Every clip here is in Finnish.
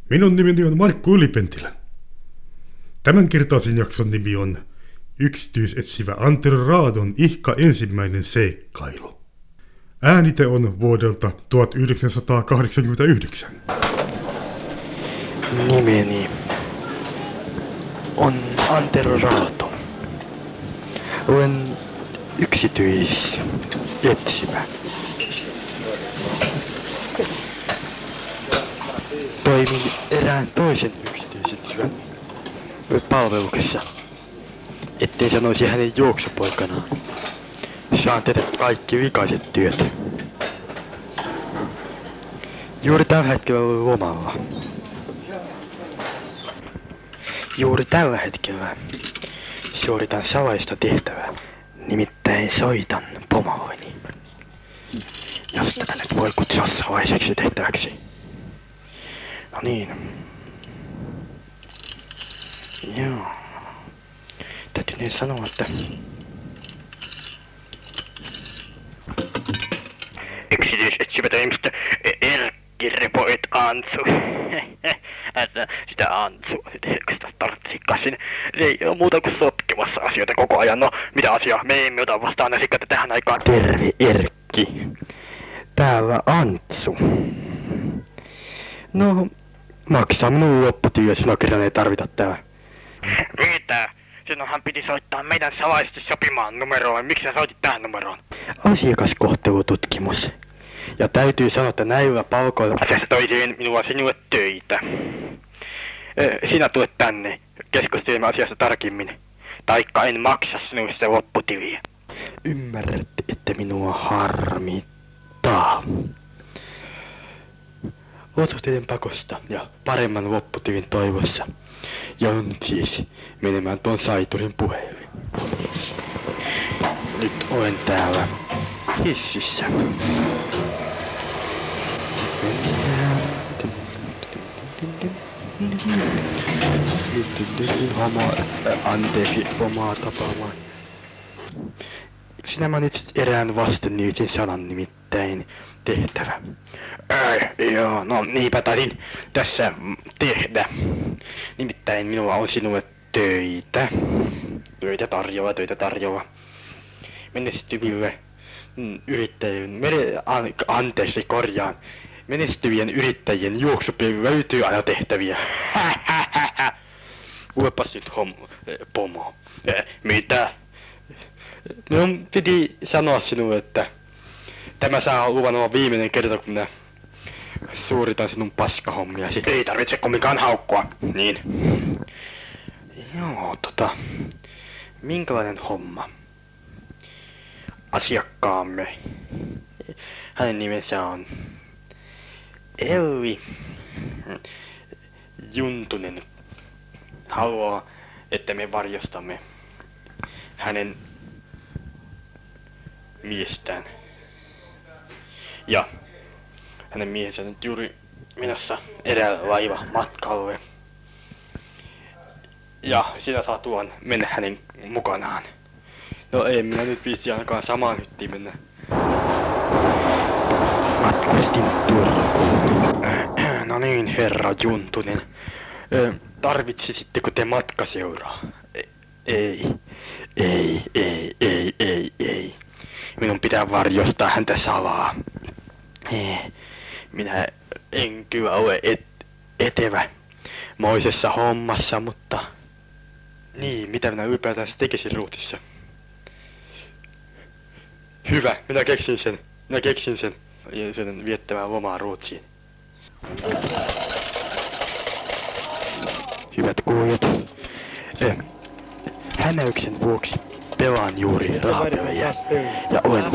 Minun nimeni on Markku Ylipentilä. Tämänkertaisen jakson nimi on Yksityisetsivä Antero Raadon ihka ensimmäinen seikkailu. Äänite on vuodelta 1989. Nimeni on Antero Raato. Olen yksityisetsivä. Toimin erään toisen yksityisetsivän palveluksessa, ettei sanoisi hänen juoksupoikanaan. Saan tehdä kaikki vikaiset työt. Juuri tällä hetkellä olen lomalla. Juuri tällä hetkellä suoritan salaista tehtävää. Nimittäin soitan pomolleni. Jos tätä nyt voi kutsua salaiseksi tehtäväksi. No niin. Joo. Täytyy niin sanoa, että yksityisetsivä toimisto Erkki Repo et Antsu. Sitä Antsu. Sitä tarvitsisikaan sinne. Ei ole muuta kuin sotkemassa asioita koko ajan. No, mitä asiaa? Me emme ota vastaan asiakkaita tähän aikaan. Terve Erkki. Täällä Antsu. No, maksaa minun lopputyö, sinua kerran ei tarvita täällä. Mitä? Sinunhan piti soittaa meidän salaisesti sopimaan numeroon. Miksi sä soitit tähän numeroon? Asiakaskohtelututkimus. Ja täytyy sanoa, että näillä palkoilla asiassa toisiin minulla sinulle töitä. Sinä tulet tänne. Keskustelemme asiasta tarkemmin. Taikka en maksa sinulle se lopputiliä. Ymmärrät, että minua harmittaa. Odottelen pakosta ja paremman lopputilin toivossa. Joudun siis menemään tuon saiturin puheelle. Nyt olen täällä hississä. Anteeksi omaa tapaamaan. Sinä mainitsit erään vastennimisin sanan, nimittäin tehtävä. Joo, no niinpä taisin tässä tehdä. Nimittäin minulla on sinulle töitä. Töitä tarjolla. Menestyville yrittäjien, menestyvien yrittäjien juoksupeli löytyy aina tehtäviä. Kuulepas nyt pomo. Mitä? No, piti sanoa sinulle, että tämä saa luvan olla viimeinen kerta, kun minä suoritan sinun paskahommiasi. Ei tarvitse kumminkaan haukkua. Niin. Joo, minkälainen homma? Asiakkaamme. Hänen nimensä on Elvi Juntunen. Haluaa, että me varjostamme hänen miestään. Ja hänen miehensä nyt juuri menossa eräällä laiva matkalle. Ja sitä saa tuon mennä hänen mukanaan. No ei minä nyt viitsi ainakaan samaan hyttiin mennä. Matkustin Turkuun. No niin, herra Juntunen. Tarvitsisitteko te matkaseuraa? Ei. Minun pitää varjostaa häntä salaa. Minä en kyllä ole etevä moisessa hommassa, mutta niin, mitä minä ylipäätään tekisin Ruutissa? Hyvä, minä keksin sen. Ja sen viettämään lomaa Ruotsiin. Hyvät kuulijat, hänäyksen vuoksi pelaan juuri rahapelejä ja olen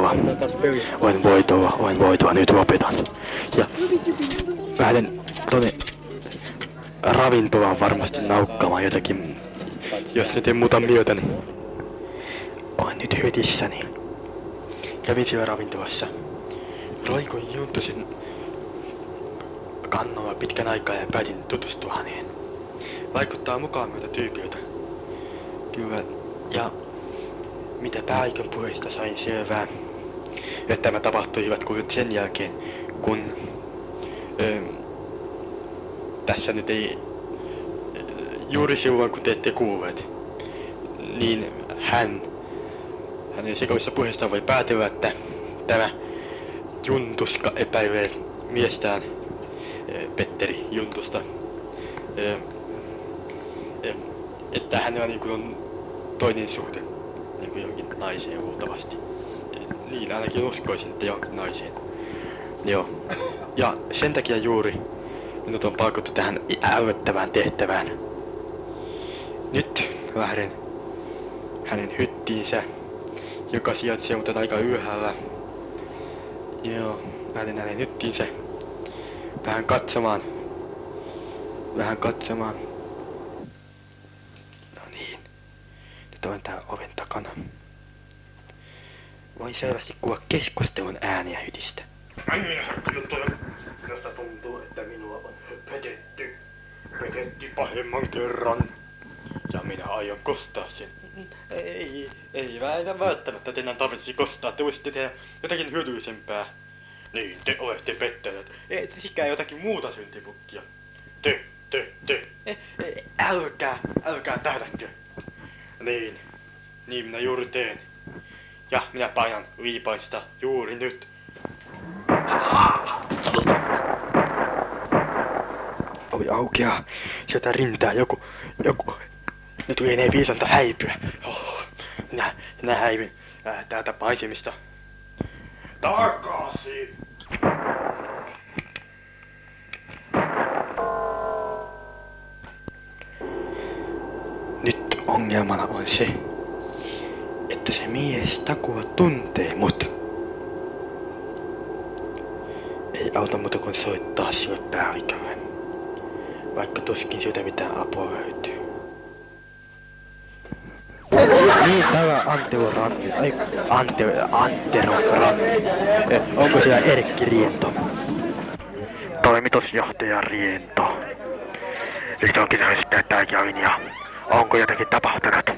voitolla, nyt lopetan. Ja lähden tonne ravintolaan varmasti naukkaamaan jotakin, jos nyt en muuta mieltäni. Olen nyt hytissäni. Kävin siellä ravintolassa. Roikoin Juntusen kannolla pitkän aikaa ja päätin tutustua häneen. Vaikuttaa mukaan myötä tyypiltä. Kyllä, ja mitä päällikön puheista sain selvää, että tämä tapahtui hyvät kuulijat sen jälkeen, kun tässä nyt ei juuri silloin kun te ette kuulleet, niin hänen sekoissa puheestaan voi päätellä, että tämä Juntuska epäilee miestään Petteri Juntusta, että hänellä niin kuin on toinen suhde niin kuin jonkin naiseen luultavasti. Niin ainakin uskoisin, että jonkin naiseen. Joo. Ja sen takia juuri minut on palkattu tähän älyttävään tehtävään. Nyt lähden hänen hyttiinsä, joka sijaitsee muuten aika ylhäällä. Joo, lähden hänen hyttiinsä vähän katsomaan. No niin, nyt olen täällä oven takana. Voin selvästi kuulla keskustelun ääniä hytistä. Josta tuntuu, että minua on petetty pahemman kerran. Ja minä aion kostaa sen. Ei välttämättä teidän tarvitsisi kostaa. Te voisitte tehdä jotakin hyödyllisempää. Niin, te olette pettäneet. Ei sikään jotakin muuta syntipukkia. Te. Älkää tähdätkö. Niin minä juuri teen. Ja minä painan liipaista juuri nyt. Ovi aukeaa. Sieltä rintää joku. Nyt lienee viisanta häipyä. Minä häivin täältä paisemista. Takaisin! Nyt ongelmana on se, että se mies takua tuntee mut. Ei auta muuta kuin soittaa sille päällikölle, vaikka tuskin sieltä mitään apua löytyy. Niin, täällä Antero Ranne. Onko siellä Erkki Riento? Toimitusjohtaja Riento. Nyt onkin sitä täällä linjaa. Onko jotakin tapahtunut?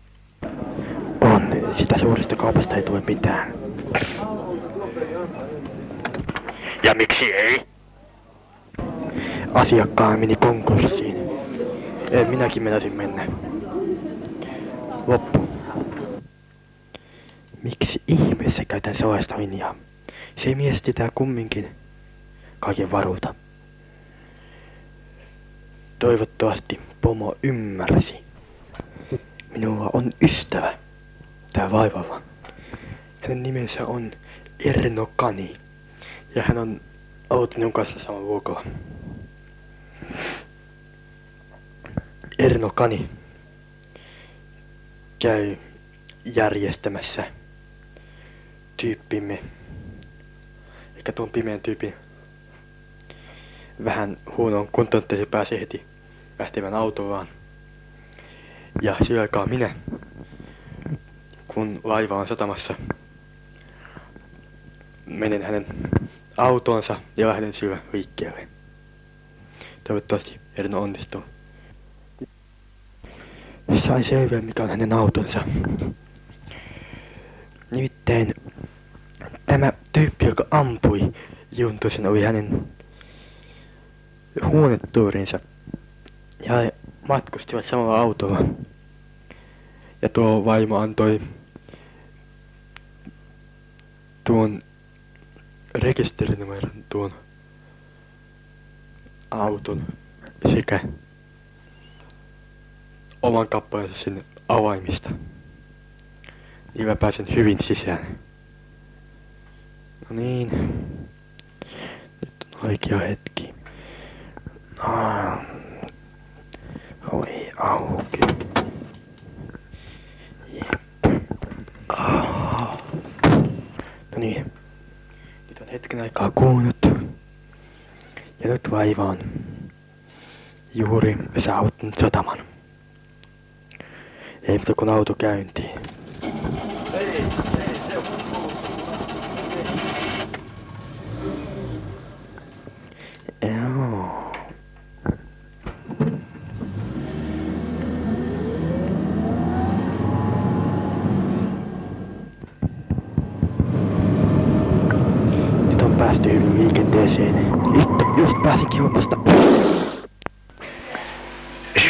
On. Sitä suuresta kaupasta ei tule mitään. Ja miksi ei? Asiakkaan meni konkurssiin. Minäkin meinasin mennä. Loppu. Miksi ihmeessä käytän sellaista linjaa? Se mies tietää kumminkin kaiken varulta. Toivottavasti pomo ymmärsi. Minulla on ystävä tää vaivalla. Hänen nimensä on Erno Kani. Ja hän on ollut minun kanssa saman luokalla. Erno Kani käy järjestämässä tyyppimme, eikä tuon pimeän tyypin vähän huonoon kuntoon, että se pääsee heti lähtemään autollaan. Ja sillä aikaa minä, kun laiva on satamassa, menen hänen autoonsa ja lähden sillä liikkeelle. Toivottavasti Erno onnistuu. Sain selvää, mikä on hänen autonsa. Nimittäin tämä tyyppi, joka ampui Juntusen, oli hänen huonetuurinsa. Ja he matkustivat samalla autolla. Ja tuo vaimo antoi tuon rekisterinumeron tuon auton sekä oman kappaleensa sinne avaimista. Niin mä pääsen hyvin sisään. No niin. Nyt on oikea hetki. Ovi auki. Jep. No niin. Nyt on hetken aikaa kulunut. Ja nyt laiva on juuri saavuttanut sataman. Ei mutta kun auto käyntiin. Ei, se on. Joo. Nyt on päästy hyvin liikenteeseen. Vittu, just pääsinkin hommasta